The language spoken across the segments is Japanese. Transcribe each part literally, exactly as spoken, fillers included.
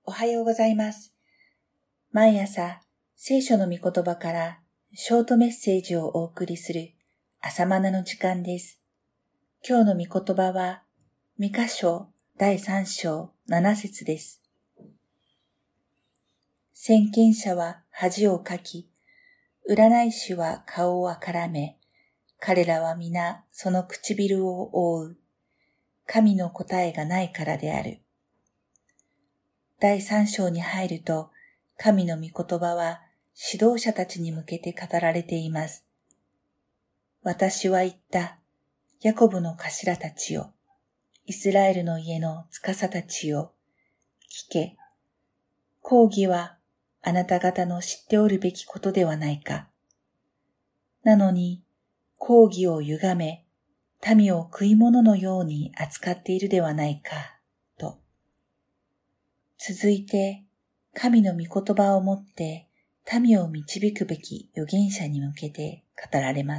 おはようございます。毎朝、聖書の御言葉からショートメッセージをお送りする朝マナの時間です。今日の御言葉は、ミカ書だいさん章なな節です。先見者は恥をかき、占い師は顔をあからめ、彼らは皆その唇を覆う。神の答えがないからである。だいさん章に入ると、神の御言葉は指導者たちに向けて語られています。私は言った、ヤコブの頭たちよ、イスラエルの家の司たちよ、聞け。公義はあなた方の知っておるべきことではないか。なのに、公義を歪め、民を食い物のように扱っているではないか、と。続いて、神の御言葉をもって民を導くべき預言者に向けて語られます。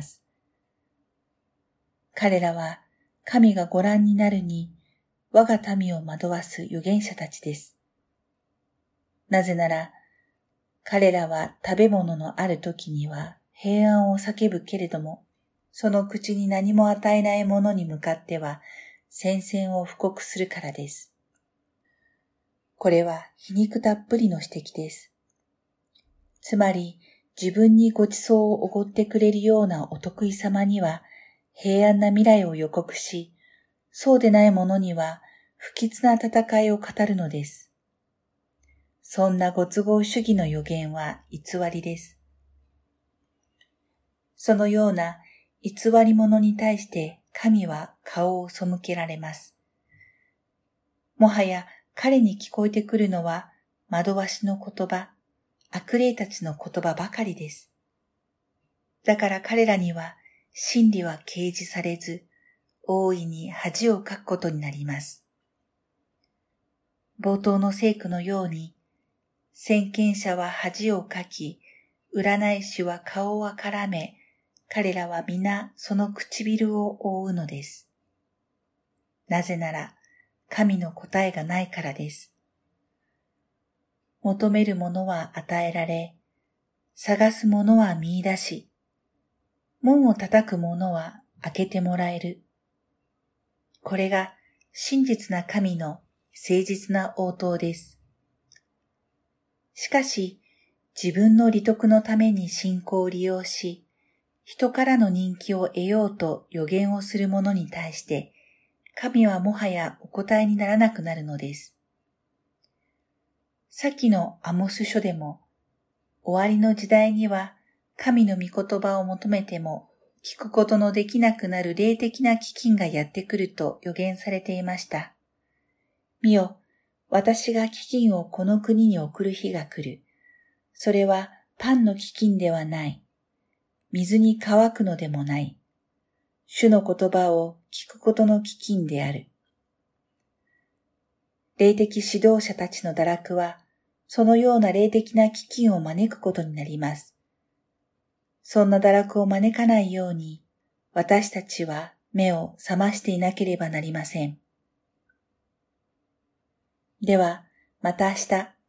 彼らは神がご覧になるに我が民を惑わす預言者たちです。なぜなら、彼らは食べ物のある時には平安を叫ぶけれども、その口に何も与えない者に向かっては戦線を布告するからです。これは皮肉たっぷりの指摘です。つまり、自分にご馳走をおごってくれるようなお得意様には平安な未来を予告し、そうでない者には不吉な戦いを語るのです。そんなご都合主義の予言は偽りです。そのような偽り者に対して神は顔を背けられます。もはや彼に聞こえてくるのは惑わしの言葉、悪霊たちの言葉ばかりです。だから彼らには真理は掲示されず、大いに恥をかくことになります。冒頭の聖句のように、先見者は恥をかき、占い師は顔をあからめ、彼らは皆その唇を覆うのです。なぜなら、神の答えがないからです。求めるものは与えられ、探すものは見出し、門を叩くものは開けてもらえる。これが真実な神の誠実な応答です。しかし、自分の利得のために信仰を利用し、人からの人気を得ようと予言をする者に対して、神はもはやお答えにならなくなるのです。さっきのアモス書でも、終わりの時代には神の御言葉を求めても聞くことのできなくなる霊的な飢饉がやってくると予言されていました。見よ、私が飢饉をこの国に送る日が来る。それはパンの飢饉ではない。水に乾くのでもない。主の言葉を聞くことの飢饉である。霊的指導者たちの堕落は、そのような霊的な飢饉を招くことになります。そんな堕落を招かないように、私たちは目を覚ましていなければなりません。では、また明日、